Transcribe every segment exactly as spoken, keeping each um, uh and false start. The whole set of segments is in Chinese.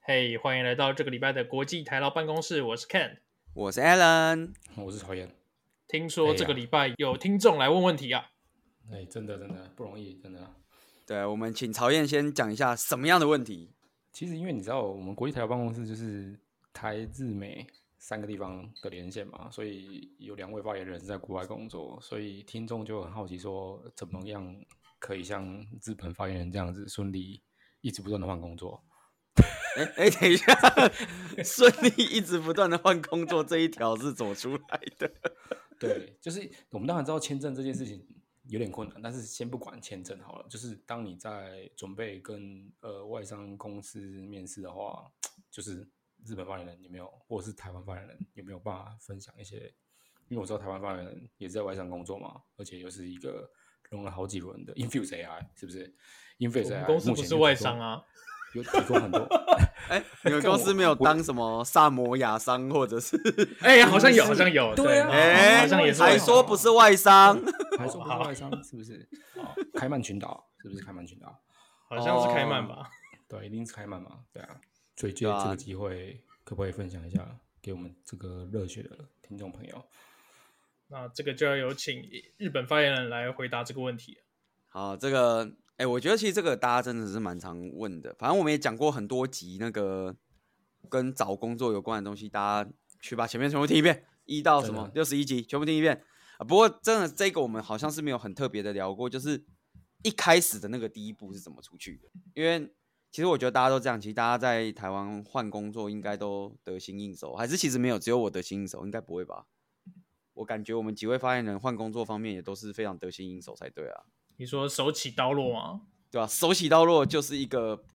嘿、hey, 欢迎来到这个礼拜的国际台劳办公室，我是 Ken， 我是 Alan， 我是曹岩。 听说这个礼拜有听众来问问题啊？ 哎、欸，真的真的不容易，真的。 对，我们请曹燕先讲一下什么样的问题。 其实因为你知道，我们国际台劳办公室就是台日美三个地方的连线嘛，所以有两位发言人是在国外工作，所以听众就很好奇说，怎么样可以像日本发言人这样子顺利一直不断的换工作？ 哎哎，等一下，顺利一直不断的换工作这一条是怎么出来的？ 对，就是我们当然知道签证这件事情有点困难，但是先不管签证好了，就是当你在准备跟呃外商公司面试的话，就是日本发言人有没有，或者是台湾发言人有没有办法分享一些？因为我知道台湾发言人也是在外商工作嘛，而且又是一个用了好几轮的 Infuse A I， 是不是 ？Infuse A I 我们公司不是外商啊。 有提供很多， 哎、欸，你们公司没有当什么萨摩亚商或者是？ 哎、欸，好像有，好像有， 对啊， 哎、欸， 好像也是， 还说不是外商， 还说不是外商，是不是？开曼群岛是不是开曼群岛？ 好像是开曼吧？ 哦、对，一定是开曼嘛，对啊。所以借这个机会，可不可以分享一下给我们这个热血的听众朋友？ 那这个就要有请日本发言人来回答这个问题。 好，这个。哎、欸，我觉得其实这个大家真的是蛮常问的。反正我们也讲过很多集那个跟找工作有关的东西，大家去把前面全部听一遍，一到什么六十一集全部听一遍啊。不过真的这个我们好像是没有很特别的聊过，就是一开始的那个第一步是怎么出去的。因为其实我觉得大家都这样，其实大家在台湾换工作应该都得心应手，还是其实没有只有我得心应手，应该不会吧？我感觉我们几位发言人换工作方面也都是非常得心应手才对啊。 你说手起刀落吗？ 对吧、啊？手起刀落就是一个。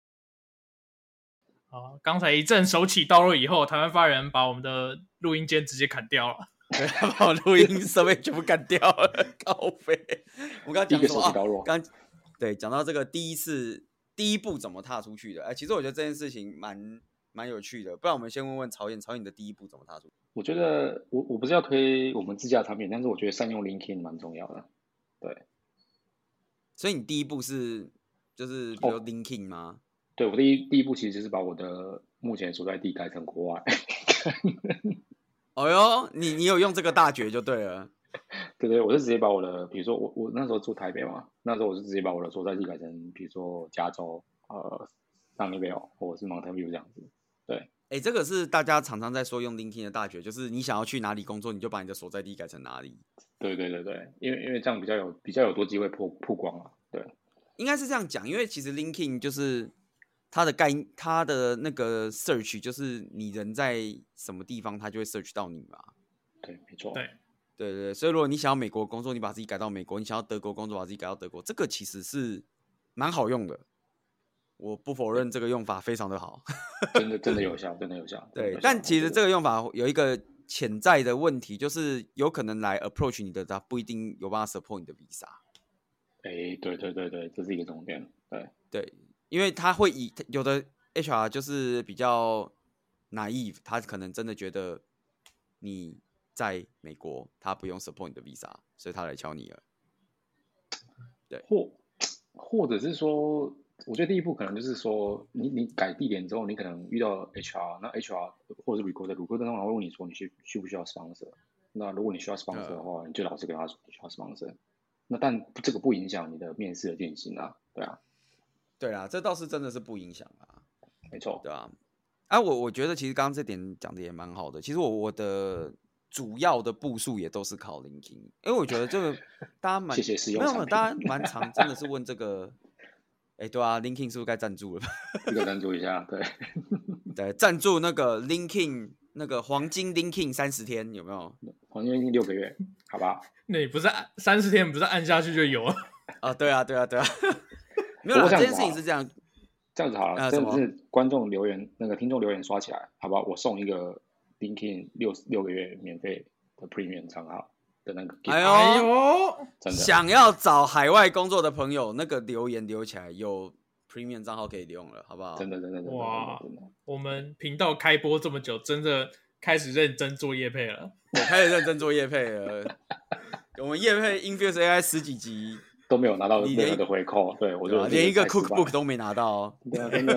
好，刚才一阵手起刀落以后，台湾发言人把我们的录音间直接砍掉了。 对，他把我录音设备全部干掉了，靠北。我刚刚讲什么？刚、啊、对讲到这个第一次第一步怎么踏出去的？哎，其实我觉得这件事情蛮蛮有趣的。不然我们先问问曹燕，曹燕你的第一步怎么踏出去？ 我觉得我我不是要推我们自家产品，但是我觉得善用 LinkedIn 蛮重要的。对。 所以你第一步是就是比如 LinkedIn 吗？ 哦、对，我第一第一步其实就是把我的目前所在地改成国外。 哦哟，你你有用这个大绝就对了。 对对，我是直接把我的，比如说我我那时候住台北嘛，那时候我是直接把我的所在地改成，比如说加州、呃 Sunnyvale 或者是 Mountain View 这样子。对， 哎、欸，这个是大家常常在说用 LinkedIn 的大绝，就是你想要去哪里工作，你就把你的所在地改成哪里。 对对对对，因为因为这样比较有比较有多机会曝曝光啊。对， 应该是这样讲，因为其实 LinkedIn 就是它的概它的那个 search 就是你人在什么地方，它就会 search 到你嘛。 对，没错。 对对对对，所以如果你想要美国工作，你把自己改到美国；你想要德国工作，把自己改到德国，这个其实是蛮好用的。我不否认这个用法非常的好， 真的真的有效，真的有效。 对，但其实这个用法有一个潜在的问题，就是有可能来 approach 你的，他不一定有办法 support 你的 visa。 哎、欸，对对对对，这是一个重点。对对，因为他会以有的 H R 就是比较 naive， 他可能真的觉得你在美国，他不用 support 你的 visa， 所以他来敲你了。对， 或或者是说。我觉得第一步可能就是说你，你改地点之后，你可能遇到 H R， 那 H R 或者是 recruiter，recruiter 通常会问你说你需需不需要 sponsor。那如果你需要 sponsor 的话，嗯、你就老实跟他说你需要 sponsor。那但这个不影响你的面试的进行啊，对啊。 对啊，这倒是真的是不影响啊， 没错， 对啊。啊，我我觉得其实刚刚这点讲的也蛮好的。其实我我的主要的步数也都是靠 LinkedIn， 因为我觉得这个大家蛮谢谢使用没有没有，大家蛮常真的是问这个。哎，对啊 ，LinkedIn 是不是该赞助了？ 这个赞助一下，对， 对，赞助那个 LinkedIn 那个黄金 LinkedIn 三十天有没有？ 黄金六个月，好吧？ 那你不是三十天，不是按下去就有了？ 啊，对啊，对啊，对啊，没有啦，这件事情是这样， 这样子好了，真的是观众留言那个听众留言刷起来，好吧？我送一个 LinkedIn 六六个月免费的 Premium 账号。的那个， 哎呦， 哎呦真的想要找海外工作的朋友，那个留言留起来，有 Premium 账号可以用了，好不好？ 真的，真的，真的， 哇！ 真的， 我们频道开播这么久，真的开始认真做业配了。 我开始认真做业配了。我们业配 Infuse A I 十几集都没有拿到任何的回扣，对我就连一个 Cookbook 都没拿到。 对啊，真的、啊。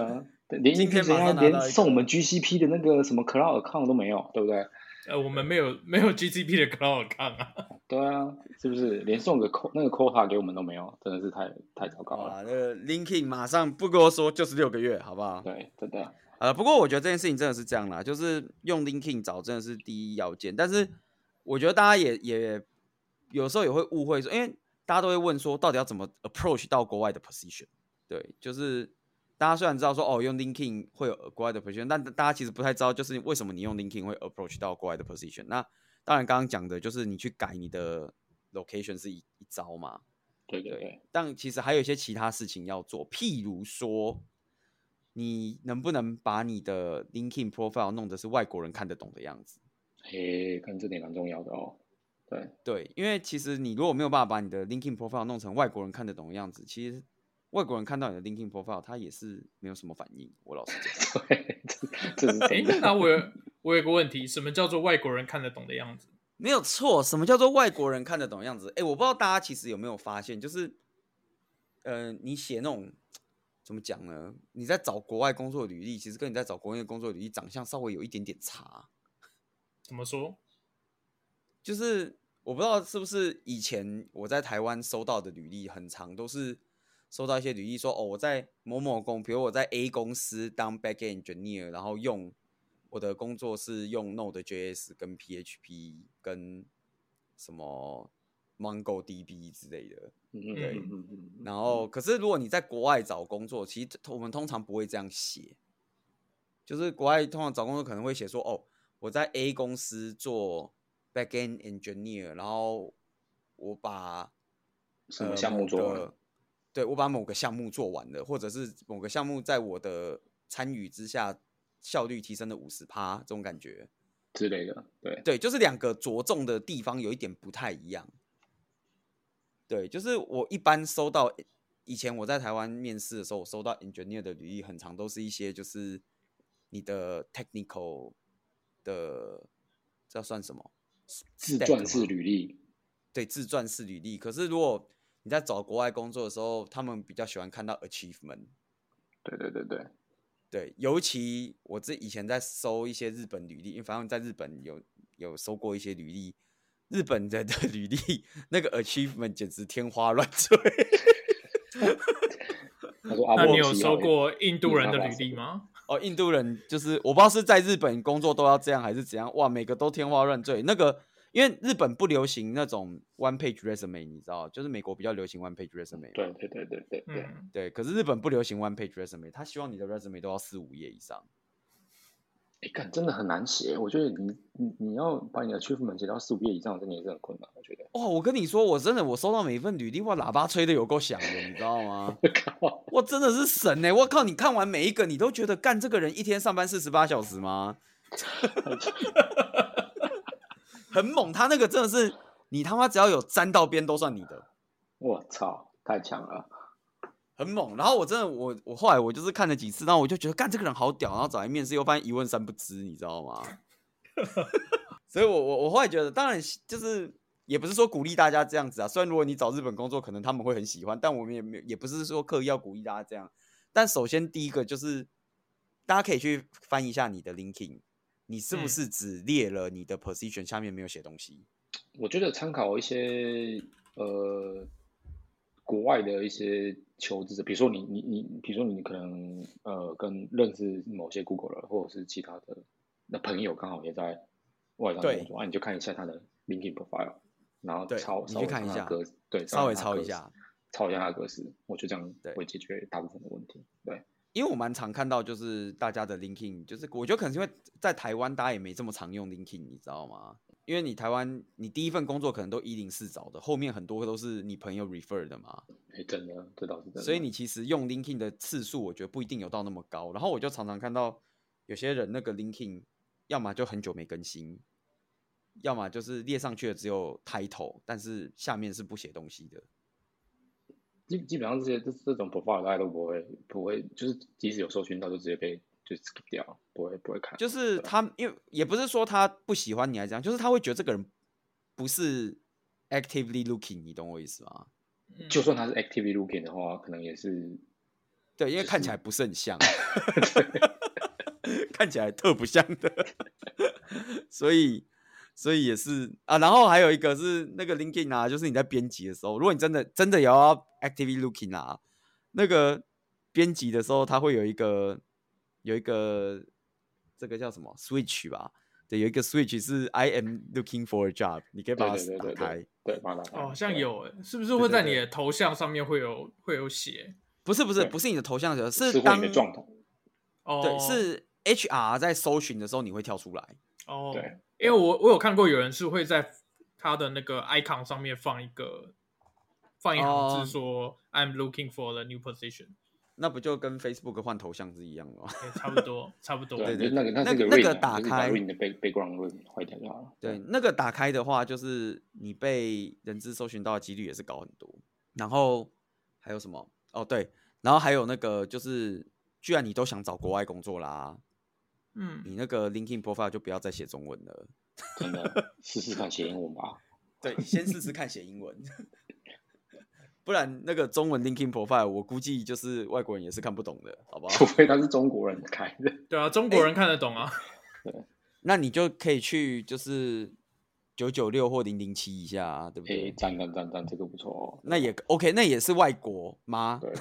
连今天马上拿到一个连送我们 G C P 的那个什么 Cloud Account 都没有，对不对？ 呃，我们没有没有 G C P 的 Cloud Account 啊。 对啊，是不是连送个那个 quota 给我们都没有？真的是太太糟糕了。 啊，那个 LinkedIn 马上不跟我说，就是六个月，好不好？ 对，真的。 呃，不过我觉得这件事情真的是这样啦，就是用 LinkedIn 找真的是第一要件，但是我觉得大家也也有时候也会误会说，因为大家都会问说，到底要怎么 approach 到国外的 position？ 对，就是大家虽然知道说哦，用 LinkedIn 会有国外的 position， 但大家其实不太知道，就是为什么你用 LinkedIn 会 approach 到国外的 position。那当然，刚刚讲的就是你去改你的 location 是一一招嘛， 对对对。 但其实还有一些其他事情要做，譬如说，你能不能把你的 LinkedIn profile 弄得是外国人看得懂的样子？ 诶，看这点蛮重要的哦。对对，因为其实你如果没有办法把你的 LinkedIn profile 弄成外国人看得懂的样子，其实外国人看到你的 LinkedIn profile， 他也是没有什么反应。我老实讲， 对，这是真的。 那我有我有个问题，什么叫做外国人看得懂的样子？ 没有错，什么叫做外国人看得懂的样子？哎，我不知道大家其实有没有发现，就是，呃，你写那种怎么讲呢？你在找国外工作的履历，其实跟你在找国内工作的履历长相稍微有一点点差。 怎么说？ 就是我不知道是不是以前我在台湾收到的履历，很常都是收到一些履历说，哦，我在某某公，比如我在 A 公司当 backend engineer， 然后用我的工作是用 Node.js 跟 P H P 跟什么 MongoDB 之类的，对。然后，可是如果你在国外找工作，其实我们通常不会这样写，就是国外通常找工作可能会写说，哦，我在 A 公司做 backend engineer， 然后我把什么项目做完了、呃、 对，我把某个项目做完了，或者是某个项目在我的参与之下效率提升了 百分之五十 这种感觉之类的。对对，就是两个着重的地方有一点不太一样。对，就是我一般收到以前我在台湾面试的时候，我收到 engineer 的履历，很常都是一些就是你的 technical 的，这算什么？ 自传式履历。 对，自传式履历。可是如果你在找国外工作的时候，他们比较喜欢看到 achievement。 对对对对对，尤其我这以前在收一些日本履历，因为反正在日本有有收过一些履历，日本人的履历那个 achievement 简直天花乱坠。 那你有收过印度人的履历吗？ 哦，印度人就是我不知道是在日本工作都要这样还是怎样，哇，每个都天花乱坠。那个因为日本不流行那种 one page resume， 你知道，就是美国比较流行 one page resume。 对对对对对对、 嗯、 对，可是日本不流行 one page resume， 他希望你的 resume 都要四五页以上。 哎，干真的很难写，我觉得你你你要把你的 achievement 写到四五页以上，真的也是很困难。我觉得。 哇，我跟你说，我真的我收到每一份履历，哇，喇叭吹的有够响的，你知道吗？我真的是神哎、欸！我靠，你看完每一个，你都觉得干这个人一天上班四十八小时吗？很猛，他那个真的是你他妈只要有沾到边都算你的。 我操，太强了！ 很猛，然后我真的我我后来我就是看了几次，然后我就觉得干这个人好屌，然后找来面试又发现一问三不知，你知道吗？所以我我我后来觉得，当然就是也不是说鼓励大家这样子啊。虽然如果你找日本工作，可能他们会很喜欢，但我们也没也不是说刻意要鼓励大家这样。但首先第一个就是大家可以去翻一下你的 LinkedIn， 你是不是只列了你的 position 下面没有写东西？ 我觉得参考一些呃。国外的一些求职者，比如说你你你，比如说你可能呃跟认识某些 Google 的或者是其他的那朋友刚好也在外商工作，啊，你就看一下他的 LinkedIn profile， 然后抄你去看一下， 对， 稍微抄一下， 抄一下他的格式，我觉得这样会解决大部分的问题。对， 因为我蛮常看到就是大家的 LinkedIn， 就是我觉得可能是因为在台湾大家也没这么常用 LinkedIn， 你知道吗？因为你台湾，你第一份工作可能都一零四找的，后面很多都是你朋友 refer 的嘛。 哎，真的，这倒是真的。 所以你其实用 LinkedIn 的次数，我觉得不一定有到那么高。然后我就常常看到有些人那个 LinkedIn， 要么就很久没更新，要么就是列上去的只有 title， 但是下面是不写东西的。 基基本上这些这这种 profile 大家都不会不会，就是即使有搜寻到，就直接被就 skip 掉，不会不会看。 就是他，因为也不是说他不喜欢你还是这样，就是他会觉得这个人不是 actively looking， 你懂我意思吗？ 就算他是 actively looking 的话，可能也是对，因为看起来不是很像，看起来特不像的，所以所以也是啊。然后还有一个是那个 LinkedIn 啊，就是你在编辑的时候，如果你真的真的也要 actively looking 啊，那个编辑的时候，它会有一个有一个这个叫什么 switch 吧？对，有一个 switch 是 I am looking for a job， 你可以把它打开。 对，把它打开。 哦，好像有诶，是不是会在你的头像上面会有会有写？ 不是不是不是你的头像， 是是当你的状态。 哦， 对，是 H R 在搜寻的时候你会跳出来。 哦， 对， 因为我我有看过有人是会在他的那个 icon 上面放一个放一行字说、哦、I'm looking for the new position。 那不就跟 Facebook 换头像是一样的吗？ 差不多，差不多。 对对，那个那个那个打开 ，ring 的 background ring 坏掉就好了。 对，那个打开的话，就是你被人资搜寻到的几率也是高很多。然后还有什么？哦，对，然后还有那个就是，居然你都想找国外工作啦， 嗯， 你那个 LinkedIn profile 就不要再写中文了， 真的，试试看写英文吧。 对，先试试看写英文。不然那个中文 LinkedIn profile 我估计就是外国人也是看不懂的，好不好？ 除非他是中国人开的。 对啊，中国人看得懂啊。 对， 那你就可以去就是九九六或零零七一下、啊，对不对？ 哎，赞赞赞赞，这个不错哦。 那也 OK， 那也是外国吗？ 对，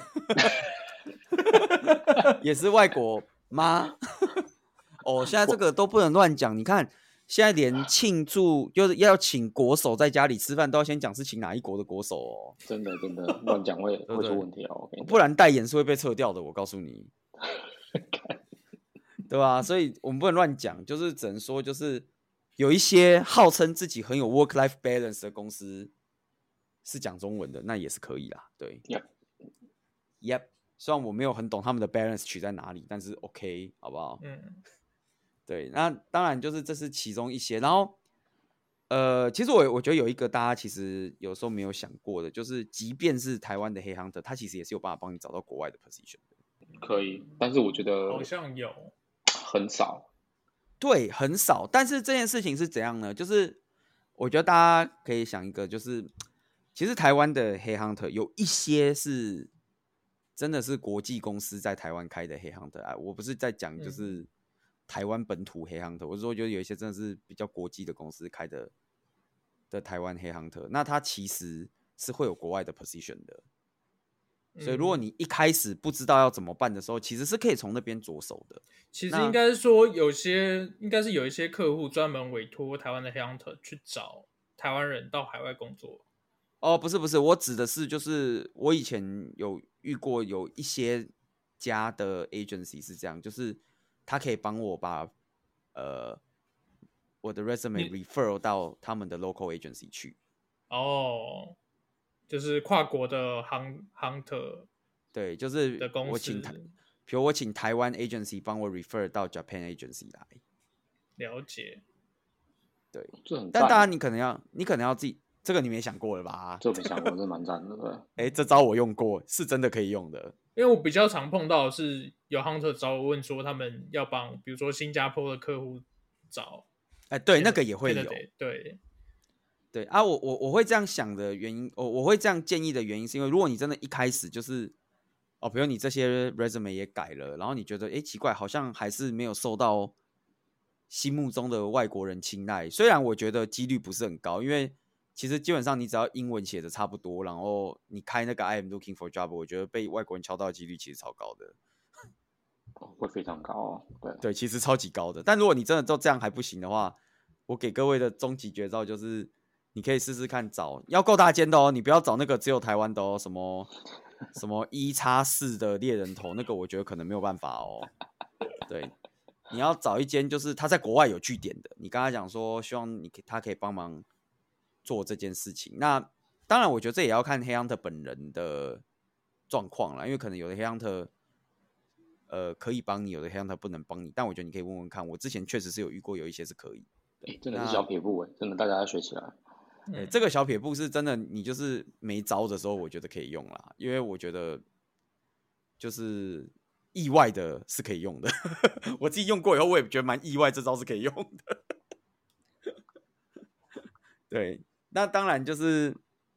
也是外国吗？哦，现在这个都不能乱讲，你看。现在连庆祝就是要请国手在家里吃饭，都要先讲是请哪一国的国手哦。 真的真的乱讲会会出问题哦， 不然代言是会被撤掉的，我告诉你，对吧？所以我们不能乱讲，就是只能说，就是有一些号称自己很有 work-life balance 的公司是讲中文的，那也是可以啦。对 ，Yep， Yep， 虽然我没有很懂他们的 balance 取在哪里，但是 OK， 好不好？嗯。对，那当然就是这是其中一些，然后，呃，其实我我觉得有一个大家其实有时候没有想过的，就是即便是台湾的黑 hunter， 他其实也是有办法帮你找到国外的 position 的。 可以，但是我觉得好像有很少。 对，很少。但是这件事情是怎样呢？就是我觉得大家可以想一个，就是其实台湾的黑 hunter 有一些是真的是国际公司在台湾开的黑 hunter 啊，我不是在讲就是。嗯台湾本土黑 hunter， 我是说，觉得有一些真的是比较国际的公司开的的台湾黑 hunter， 那它其实是会有国外的 position 的。所以，如果你一开始不知道要怎么办的时候，其实是可以从那边着手的。 其实应该是说，有些应该是有一些客户专门委托台湾的黑 hunter 去找台湾人到海外工作。 哦，不是不是，我指的是就是我以前有遇过有一些家的 agency 是这样，就是他可以帮我把呃我的 resume refer 到他们的 local agency 去。 哦，就是跨国的 hunter。 对，就是我请台，比如我请台湾 agency 帮我 refer 到 Japan agency 来。 了解。 对， 这很。 但当然你可能要，你可能要自己，这个你没想过了吧？ 这没想过，这蛮赞的，对。 哎，这招我用过，是真的可以用的。 因为我比较常碰到的是有 hunter 找我问说，他们要帮，比如说新加坡的客户找， 哎，对，那个也会有， 对， 对啊，我我我会这样想的原因，我我会这样建议的原因，是因为如果你真的一开始就是，哦，比如你这些 resume 也改了，然后你觉得，哎，奇怪，好像还是没有受到心目中的外国人青睐，虽然我觉得几率不是很高，因为。其实基本上你只要英文写的差不多，然后你开那个 I am looking for job， 我觉得被外国人敲到的几率其实超高的， 会非常高哦。对对，其实超级高的。但如果你真的都这样还不行的话，我给各位的终极绝招就是，你可以试试看找要够大间的哦，你不要找那个只有台湾的哦，什么什么一叉四的猎人头，那个我觉得可能没有办法哦。对，你要找一间就是他在国外有据点的，你跟他讲说希望你他可以帮忙。做这件事情，那当然，我觉得这也要看黑 hunter 本人的状况啦，因为可能有的黑 hunter，呃，可以帮你，有的黑 hunter 不能帮你。但我觉得你可以问问看，我之前确实是有遇过，有一些是可以。 欸、真的是小撇步哎，真的大家要学起来。 欸、这个小撇步是真的，你就是没招的时候，我觉得可以用啦，因为我觉得就是意外的是可以用的。我自己用过以后，我也觉得蛮意外，这招是可以用的。对。那当然就是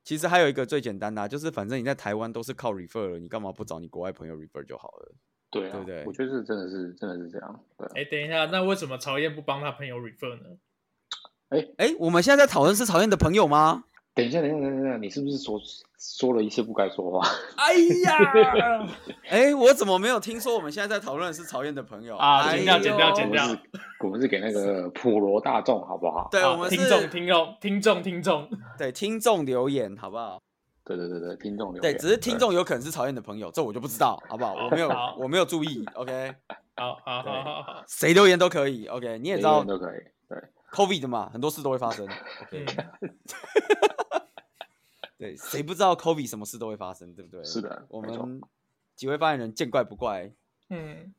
其实还有一个最简单的、啊，就是反正你在台湾都是靠 refer 了，你干嘛不找你国外朋友 refer 就好了？ 对啊， 对不对？ 我觉得是真的是真的是这样。对、啊。 哎，等一下，那为什么曹燕不帮他朋友 refer 呢？ 哎哎，我们现在在讨论是曹燕的朋友吗？ 等一下，等一下，等一下，你是不是说说了一些不该说话？ 哎呀，哎，我怎么没有听说我们现在在讨论的是曹燕的朋友啊？剪掉，剪掉，剪掉。 我们是给那个普罗大众，好不好？ 对，我们是听众，听众，听众，听众， 对，听众留言，好不好？ 对对对对，听众留言。对，只是听众有可能是曹燕的朋友，这我就不知道，好不好？我没有，我没有注意。OK， 好好好好好， 谁留言都可以。OK， 你也知道都可以。对 ，COVID 的嘛，很多事都会发生。OK。对，谁不知道 COVID 什么事都会发生，对不对？ 是的， 我们几位发言人见怪不怪。 嗯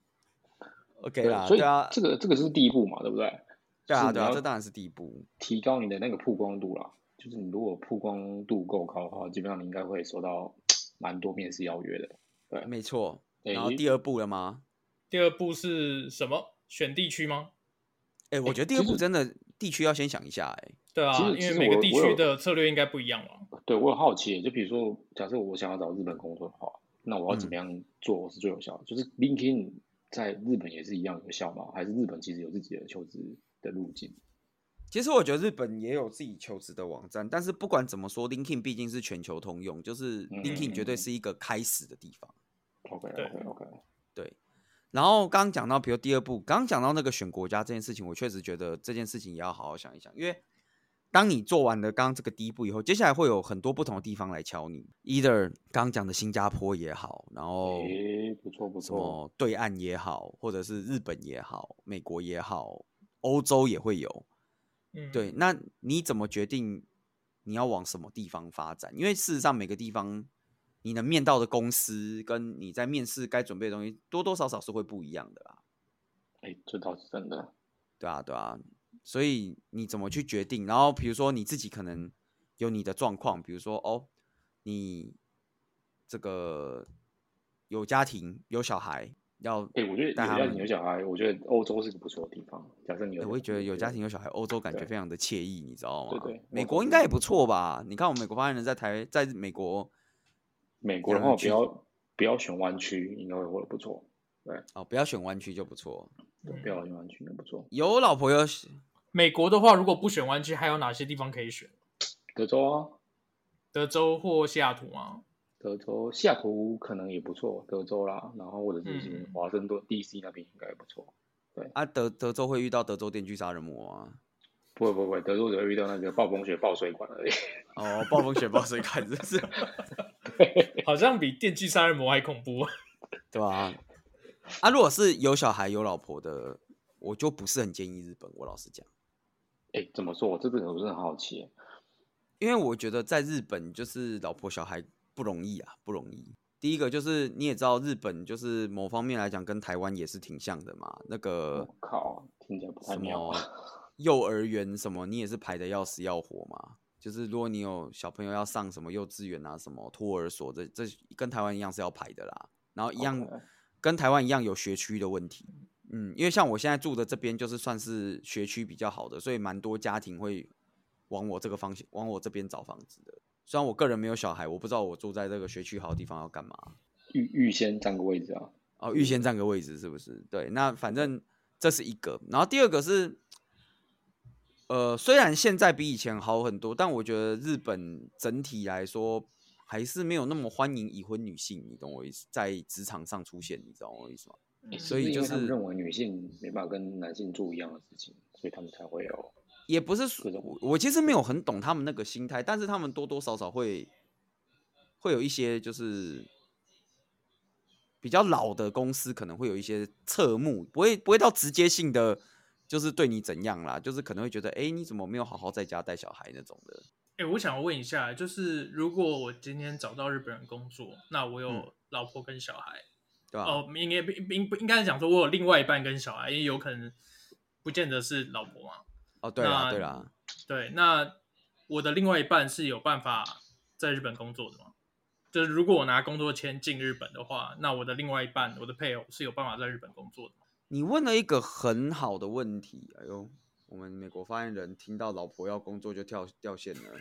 ，OK 啦， 所以对啊， 这个这个是第一步嘛，对不对？ 对啊，对啊，这当然是第一步， 提高你的那个曝光度啦。就是你如果曝光度够高的话，基本上你应该会收到蛮多面试邀约的。对， 没错。然后第二步了吗？ 第二步是什么？选地区吗？ 哎、欸，我觉得第二步真的地区要先想一下、欸，哎。 对啊，因为每个地区的策略应该不一样嘛。 对，我有好奇，就比如说，假设我想要找日本工作的话，那我要怎么样做是最有效的？嗯、就是 LinkedIn 在日本也是一样有效吗？还是日本其实有自己的求职的路径？ 其实我觉得日本也有自己求职的网站，但是不管怎么说 ，LinkedIn 毕竟是全球通用，就是 LinkedIn 绝对是一个开始的地方。 OK OK OK， 对。然后刚刚讲到，比如第二步，刚刚讲到那个选国家这件事情，我确实觉得这件事情也要好好想一想，因为当你做完了刚刚这个第一步以后，接下来会有很多不同的地方来敲你 ，either 刚刚讲的新加坡也好，然后不错不错， 什么对岸也好，或者是日本也好，美国也好，欧洲也会有。 嗯， 对，那你怎么决定你要往什么地方发展？因为事实上每个地方你能面到的公司跟你在面试该准备的东西多多少少是会不一样的啦。 哎、欸，这倒是真的。 对啊，对啊，所以你怎么去决定？然后比如说你自己可能有你的状况，比如说哦，你这个有家庭有小孩。要哎、欸，我觉得有家庭有小孩，我觉得欧洲是个不错的地方。假设你有、欸， 我也觉得有家庭有小孩，欧洲感觉非常的惬意，你知道吗？ 对 对, 对， 美国应该也不错吧？你看我们美国发言人在台，在美国， 美国的话不要不要选湾区，应该会活得不错。对， 哦，不要选湾区就不错， 对，不要选湾区就不错。 有老婆有美国的话，如果不选湾区，还有哪些地方可以选？ 德州啊， 德州或西雅图吗？ 德州、西雅图可能也不错，德州啦，然后或者是华盛顿、嗯、D C 那边应该也不错。对啊，德德州会遇到德州电锯杀人魔吗？ 不会不会，德州只会遇到那个暴风雪爆水管而已。 哦，暴风雪爆水管真是， 好像比电锯杀人魔还恐怖， 对吧、啊？啊，如果是有小孩有老婆的，我就不是很建议日本。我老实讲， 哎、欸，怎么说？我这个我真的很好奇， 因为我觉得在日本就是老婆小孩。不容易啊，不容易。第一个就是你也知道，日本就是某方面来讲跟台湾也是挺像的嘛。那个， 我靠，听起来不太妙。 幼儿园什么，你也是排的要死要活嘛。就是如果你有小朋友要上什么幼稚园啊，什么托儿所，这这跟台湾一样是要排的啦。然后一样、okay. 跟台湾一样有学区的问题。嗯，因为像我现在住的这边就是算是学区比较好的，所以蛮多家庭会往我这个方向，往我这边找房子的。虽然我个人没有小孩，我不知道我住在这个学区好的地方要干嘛。 预预先占个位置啊？ 哦，预先占个位置是不是？对，那反正这是一个。然后第二个是，呃，虽然现在比以前好很多，但我觉得日本整体来说还是没有那么欢迎已婚女性，你懂我意思？在职场上出现，你知道我意思吗？ 欸、所以就是因为他们认为女性没办法跟男性做一样的事情，所以他们才会有。 也不是，我其实没有很懂他们那个心态，但是他们多多少少会会有一些就是比较老的公司可能会有一些侧目，不会不会到直接性的就是对你怎样啦，就是可能会觉得哎、欸、你怎么没有好好在家带小孩那种的。 哎、欸，我想问一下，就是如果我今天找到日本人工作，那我有老婆跟小孩，嗯、 对吧？ 哦，应该应应该是讲说我有另外一半跟小孩，因为有可能不见得是老婆嘛。 哦，对啦，对啦， 对，那我的另外一半是有办法在日本工作的吗？就是如果我拿工作签进日本的话，那我的另外一半，我的配偶是有办法在日本工作的吗？ 你问了一个很好的问题，哎呦，我们美国发言人听到老婆要工作就跳掉线了。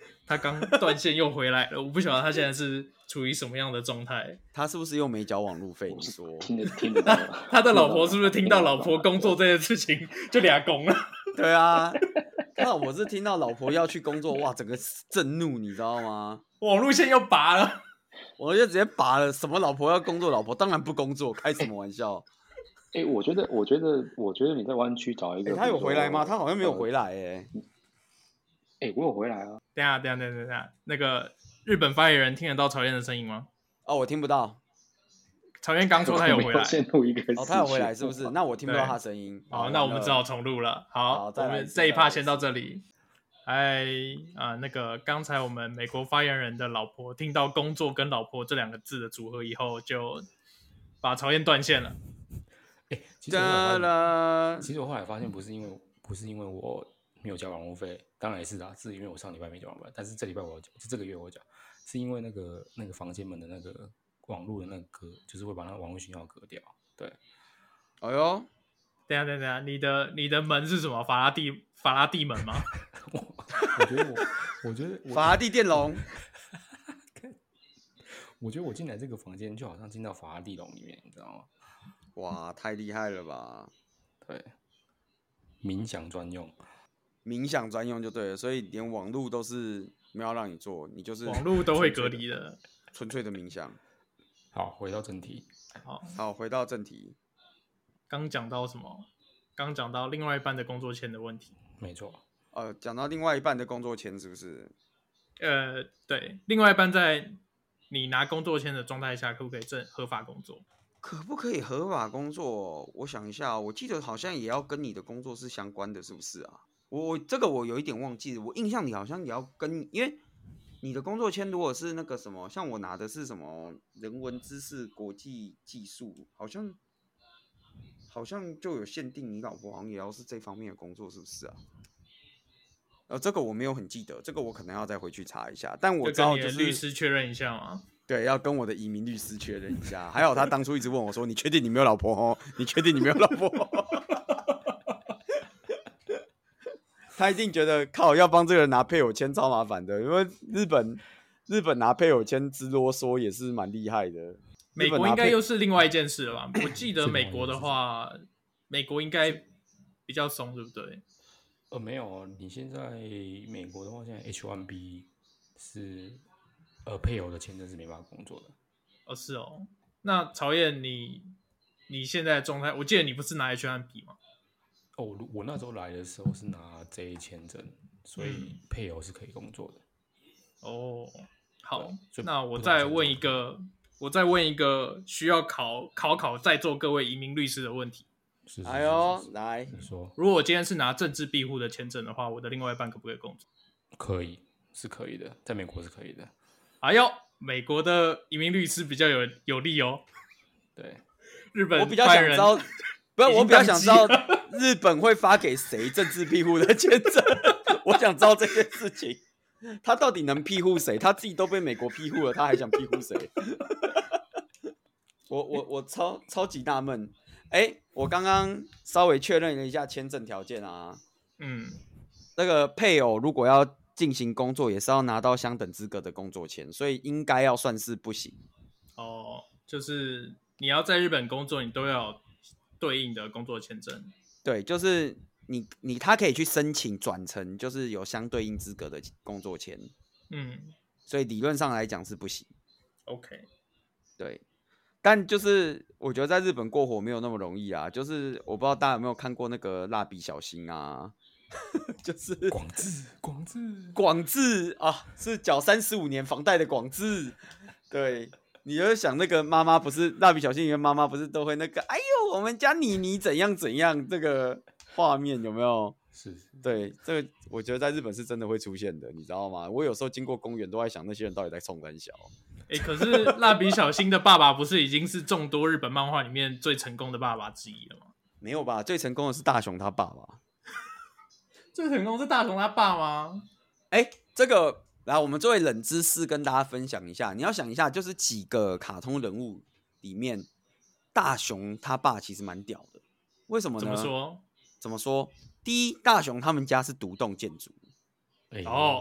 他刚断线又回来了，我不晓得他现在是处于什么样的状态。 他是不是又没缴网路费？你说听得听得到了。 他的老婆是不是听到老婆工作这件事情就俩拱了？ 对啊，他老婆是听到老婆要去工作，哇，整个震怒，你知道吗？ 网路线又拔了， 我就直接拔了。什么老婆要工作？老婆当然不工作，开什么玩笑？ 哎、欸，我觉得，我觉得，我觉得你在湾区找一个、 欸，他有回来吗？他好像没有呃、 回来、欸， 哎，哎，我有回来啊。 等一下，等一下，等一下，等一下，那个日本发言人听得到曹燕的声音吗？ 哦，我听不到。 曹燕刚说他有回来， 先录一个哦，他有回来是不是？那我听不到他声音。 好，那我们只好重录了。好， 好， 我们这一趴先到这里。哎啊，那个刚才我们美国发言人的老婆听到工作跟老婆这两个字的组合以后，就把曹燕断线了。 哎，其实我后来其实我后来发现不是因为不是因为我没有交网路费，当然也是啊，是因为我上礼拜没交网路费，但是这礼拜我有缴，是这个月我缴，是因为那个那个房间门的那个网路的那个隔，就是会把那个网络讯号隔掉。对， 哎呦， 等一下等一下，你的你的门是什么？法拉第法拉第门吗？ 我, 我觉得我我觉得法拉第电笼。 我觉得我进来这个房间就好像进到法拉第笼里面，你知道吗？ 哇，太厉害了吧！ 对，冥想专用， 冥想专用就对了，所以连网路都是没有让你做，你就是网路都会隔离的， 纯粹的冥想。 好，回到正题。 好， 好，回到正题。 刚讲到什么？刚讲到另外一半的工作签的问题。 没错。 呃，讲到另外一半的工作签是不是？ 呃，对，另外一半在你拿工作签的状态下，可不可以正合法工作？ 可不可以合法工作？我想一下，我记得好像也要跟你的工作是相关的，是不是啊？我这个我有一点忘记了，我印象里好像也要跟，因为你的工作签如果是那个什么，像我拿的是什么人文知识、国际技术，好像好像就有限定，你老婆好像也要是这方面的工作，是不是啊？呃，这个我没有很记得，这个我可能要再回去查一下。但我知道就是跟你的律师确认一下嘛。 对，要跟我的移民律师确认一下。还好他当初一直问我说：“你确定你没有老婆哦？你确定你没有老婆？”他一定觉得靠，要帮这个人拿配偶签超麻烦的，因为日本日本拿配偶签之啰嗦也是蛮厉害的。 美国应该又是另外一件事了吧？我记得美国的话，美国应该比较松，对不对？ 呃，没有，你现在美国的话，现在 H 一 B 是呃配偶的签证是没办法工作的。 哦，是哦。那曹燕，你你现在的状态，我记得你不是拿 H 一 B 吗？ 哦，我那时候来的时候是拿 J 签证，所以配偶是可以工作的。 嗯、哦，好，那我再问一个，我再问一个需要考考考在座各位移民律师的问题。 是是是是哎呦，来， 你说， 如果我今天是拿政治庇护的签证的话，我的另外一半可不可以工作？ 可以，是可以的，在美国是可以的。 哎呦，美国的移民律师比较有有利哦。 对， 日本我比较想知道，不是我比较想知道日本会发给谁政治庇护的签证？我想知道这件事情，他到底能庇护谁？他自己都被美国庇护了，他还想庇护谁？我我我超超级纳闷。哎，我刚刚稍微确认了一下签证条件啊， 嗯， 那个配偶如果要进行工作，也是要拿到相等资格的工作签，所以应该要算是不行。 哦，就是你要在日本工作，你都要有对应的工作签证。 对，就是你你他可以去申请转成就是有相对应资格的工作签， 嗯， 所以理论上来讲是不行。 OK， 对。但就是我觉得在日本过活没有那么容易啊，就是我不知道大家有没有看过那个蜡笔小新啊，就是广志广志广志啊，是缴三十五年房贷的广志。对，你就想那个妈妈不是蜡笔小新里面妈妈不是都会那个，哎呦我们家妮妮怎样怎样，这个画面有没有？ 是， 对，这个我觉得在日本是真的会出现的，你知道吗？我有时候经过公园都在想那些人到底在冲三小。 哎、欸，可是蜡笔小新的爸爸不是已经是众多日本漫画里面最成功的爸爸之一了吗？ 没有吧？最成功的是大雄他爸爸。 最成功是大雄他爸吗？ 哎、欸，这个来，我们作为冷知识跟大家分享一下。你要想一下，就是几个卡通人物里面，大雄他爸其实蛮屌的。为什么呢？ 怎么说？ 怎么说？第一，大雄他们家是独栋建筑。 哦，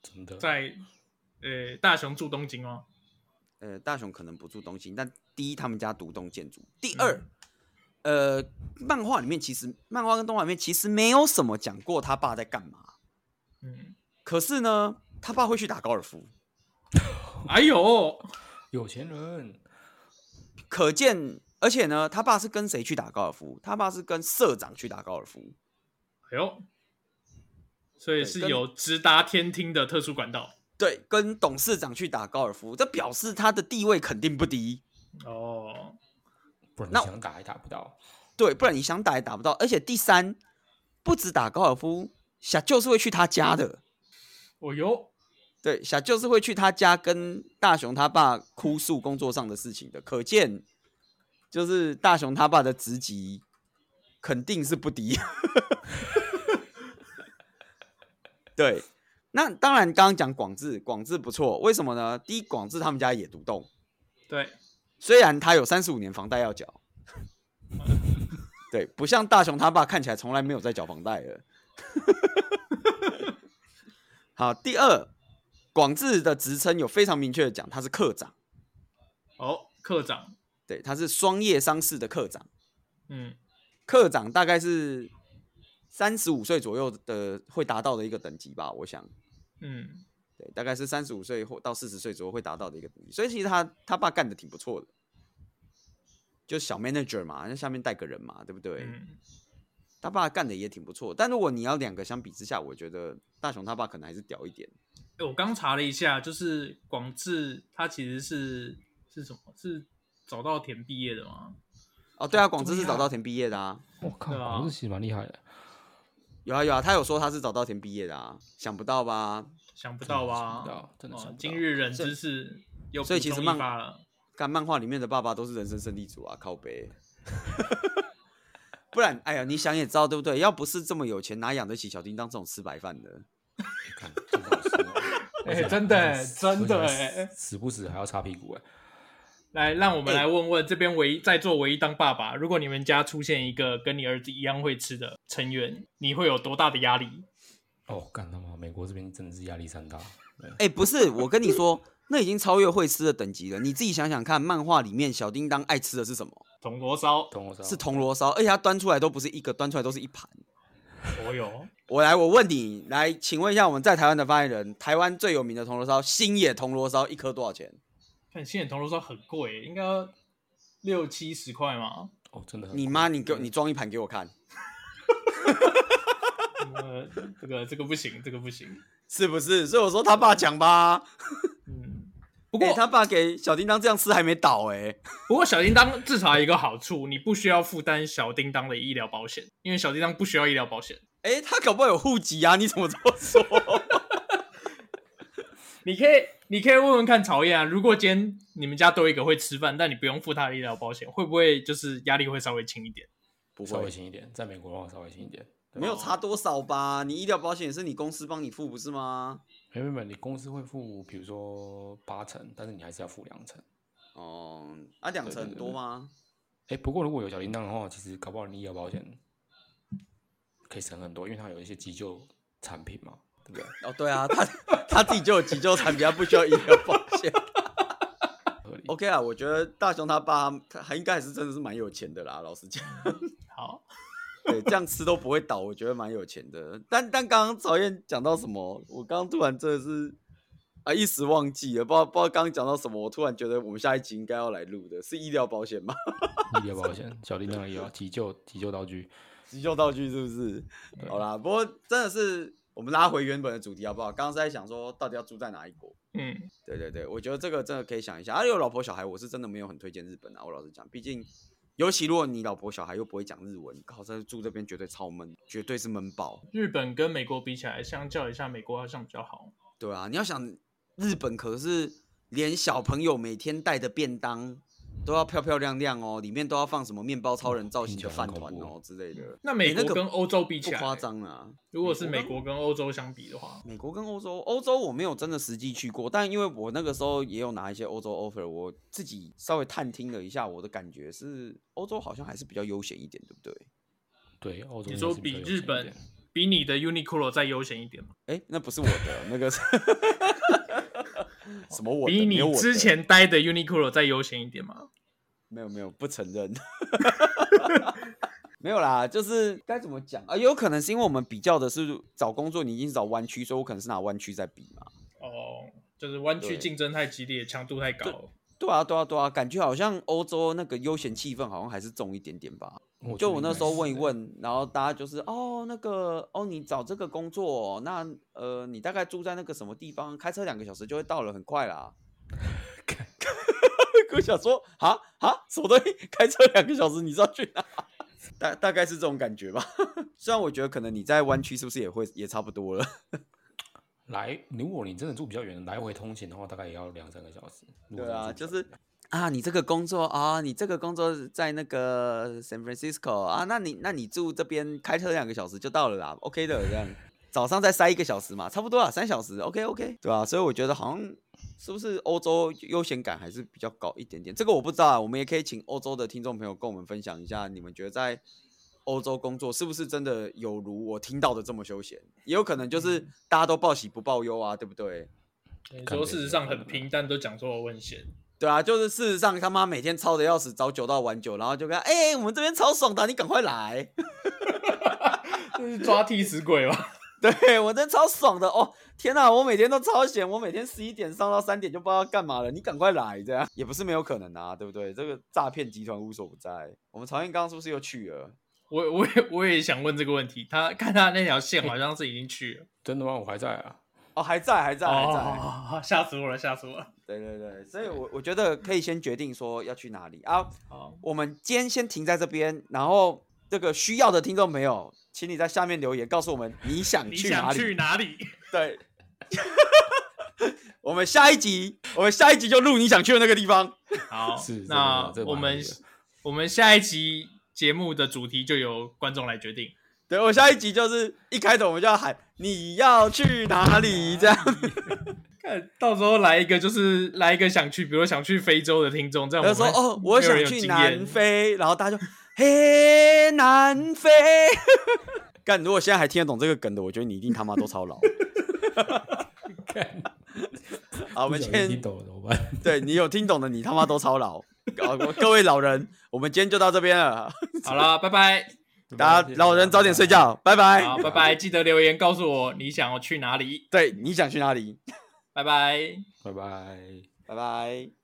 真的在呃大雄住东京吗？ 呃，大雄可能不住东京，但第一他们家独栋建筑，第二，嗯、呃，漫画里面其实漫画跟动画里面其实没有什么讲过他爸在干嘛。 嗯， 可是呢，他爸会去打高尔夫。 哎呦， 有钱人， 可见，而且呢，他爸是跟谁去打高尔夫？他爸是跟社长去打高尔夫。 哎呦，所以是有直达天听的特殊管道。 对，跟董事长去打高尔夫，这表示他的地位肯定不低哦。 不然你想打也打不到。 对，不然你想打也打不到。而且第三，不止打高尔夫，小舅是会去他家的。 哦哟， 对，小舅是会去他家跟大雄他爸哭诉工作上的事情的。可见，就是大雄他爸的职级肯定是不低。对。那当然，刚刚讲广志，广志不错，为什么呢？第一，广志他们家也独栋， 对， 虽然他有三十五年房贷要缴，对，不像大雄他爸看起来从来没有在缴房贷了。好，第二，广志的职称有非常明确的讲，他是课长。 哦，课长， 对，他是双叶商事的课长。 嗯， 课长大概是三十五岁左右的会达到的一个等级吧，我想。 嗯， 对，大概是三十五岁或到四十岁左右会达到的一个等级，所以其实他他爸干的挺不错的，就小 manager 嘛，那下面带个人嘛，对不对？ 嗯， 他爸干的也挺不错，但如果你要两个相比之下，我觉得大雄他爸可能还是屌一点。 欸、我刚查了一下，就是广志他其实是是什么？是早稻田毕业的吗？ 哦，对啊，广志是早稻田毕业的啊。 我靠， 对啊广志其实蛮厉害的。 有啊有啊，他有说他是早稻田毕业的啊，想不到吧？ 想不到吧？ 想不到，真的想不到。 哦、今日人知识又所以其实漫发了。 干漫画里面的爸爸都是人生胜利组啊，靠北。不然，哎呀，你想也知道对不对？要不是这么有钱，哪养得起小叮当这种吃白饭的？ 看，真的是哦， 哎、真的、欸，真的、欸， 死不死还要擦屁股哎。 来，让我们来问问这边唯一在座唯一当爸爸，如果你们家出现一个跟你儿子一样会吃的成员，你会有多大的压力？ 哦，干他妈！美国这边真的是压力山大。 哎、欸，不是，我跟你说，那已经超越会吃的等级了。你自己想想看，漫画里面小叮当爱吃的是什么？ 铜锣烧， 铜锣烧是铜锣烧，而且它端出来都不是一个，端出来都是一盘。 哦哟， 我来，我问你，来，请问一下我们在台湾的发言人，台湾最有名的铜锣烧星野铜锣烧一颗多少钱？ 看星野铜锣烧很贵，应该六七十块吗？ 哦，真的很贵。 你妈，你给我，你装一盘给我看。 呃，这个这个不行，这个不行， 是不是？所以我说他爸讲吧。 嗯，不过、 欸、他爸给小叮当这样吃还没倒哎、欸。 不过小叮当至少有一个好处，你不需要负担小叮当的医疗保险，因为小叮当不需要医疗保险。 哎、欸，他搞不好有户籍啊？你怎么这么说？ 你可以，你可以问问看曹燕啊，如果今天你们家多一个会吃饭，但你不用付他的医疗保险，会不会就是压力会稍微轻一点？ 不会， 稍微轻一点，在美国的话稍微轻一点。 没有差多少吧？你医疗保险也是你公司帮你付，不是吗？ 没有没有，你公司会付，比如说八成，但是你还是要付两成。 哦，啊，两成很多吗？ 哎、欸，不过如果有小叮当的话，其实搞不好你医疗保险可以省很多，因为它有一些急救产品嘛，对不对？ 哦，对啊，他他自己就有急救产品，他不需要医疗保险。OK 啊，我觉得大雄他爸他应该还是真的是蛮有钱的啦，老实讲。 好。 对，这样吃都不会倒，我觉得蛮有钱的。但但刚刚曹燕讲到什么，我刚刚突然真的是啊一时忘记了，不知道不知道刚刚讲到什么，我突然觉得我们下一集应该要来录的是医疗保险吗？ 医疗保险，小叮当也有急救急救道具， 急救道具是不是？好啦，不过真的是我们拉回原本的主题好不好？刚刚是在想说到底要住在哪一国？ 嗯， 对对对，我觉得这个真的可以想一下。啊，有老婆小孩，我是真的没有很推荐日本啊，我老实讲，毕竟。尤其如果你老婆小孩又不会讲日文，靠，在住这边绝对超闷，绝对是闷爆。 日本跟美国比起来，相较一下，美国好像比较好。 对啊，你要想，日本可是连小朋友每天带的便当都要漂漂亮亮哦，里面都要放什么面包超人造型的饭团哦之类的。 那美国跟欧洲比起来， 不夸张啊。 如果是美国跟欧洲相比的话， 美国跟欧洲，欧洲我没有真的实际去过，但因为我那个时候也有拿一些欧洲 offer， 我自己稍微探听了一下，我的感觉是欧洲好像还是比较悠闲一点，对不对？ 对，欧洲你说比日本比你的 Uniqlo 再悠闲一点吗？ 哎、欸，那不是我的，那个是什么我的？ 比你之前待的 Uniqlo 再悠闲一点吗？ 没有没有，不承认。没有啦，就是该怎么讲啊？有可能是因为我们比较的是找工作，你已经是找湾区，所以我可能是拿湾区在比嘛。 哦，就是湾区竞争太激烈，强度太高了。 对啊，对啊，对啊，感觉好像欧洲那个悠闲气氛好像还是重一点点吧。我就我那时候问一问，然后大家就是哦，那个哦，你找这个工作，哦，那呃，你大概住在那个什么地方，开车两个小时就会到了，很快啦。我想说，啊啊，什么东西？开车两个小时，你知道去哪？大大概是这种感觉吧。虽然我觉得可能你在湾区是不是也会也差不多了。 来，如果你真的住比较远，来回通勤的话，大概也要两三个小时。 对啊，就是啊，你这个工作啊，你这个工作在那个 San Francisco 啊，那你那你住这边开车两个小时就到了啦 ，OK 的这样。早上再塞一个小时嘛，差不多啊，三小时 ，OK OK， 对吧、啊？所以我觉得好像是不是欧洲悠闲感还是比较高一点点，这个我不知道啊。我们也可以请欧洲的听众朋友跟我们分享一下，你们觉得在欧洲工作是不是真的有如我听到的这么休闲？也有可能就是大家都报喜不报忧啊，对不对？ 你说事实上很平淡，都讲说我很闲。 对啊，就是事实上他妈每天操的要死，早九到晚九，然后就跟他哎、欸，我们这边超爽的，你赶快来。 这是抓替死鬼吗？ 对，我真超爽的哦！天哪，我每天都超闲，我每天十一点上到三点就不知道干嘛了，你赶快来，这样也不是没有可能啊，对不对？这个诈骗集团无所不在。我们曹燕刚刚是不是又去了？ 我我也我也想问这个问题，他看他那条线好像是已经去了。 真的吗？我还在啊。 哦，还在，还在，还在。 哦，吓死我了，吓死我了。 对对对，所以我我觉得可以先决定说要去哪里啊。 好， 我们今天先停在这边，然后这个需要的听众朋友，请你在下面留言告诉我们你想去哪里。 你想去哪里？ 对。我们下一集，我们下一集就录你想去的那个地方。 好， 是那我们我们下一集节目的主题就由观众来决定。 对，我下一集就是一开头我们就要喊你要去哪里这样。 看到时候来一个就是来一个想去，比如想去非洲的听众，这样我说哦，我想去南非，然后大家就嘿南非。干，如果现在还听得懂这个梗的，我觉得你一定他妈都超老。好，我们今天听懂了怎么办？ 对你有听懂的，你他妈都超老。各位老人，我们今天就到这边了。 好了，拜拜。 大家老人早点睡觉，拜拜。 好，拜拜，记得留言告诉我你想要去哪里。 对，你想去哪里？ 拜拜， 拜拜， 拜拜。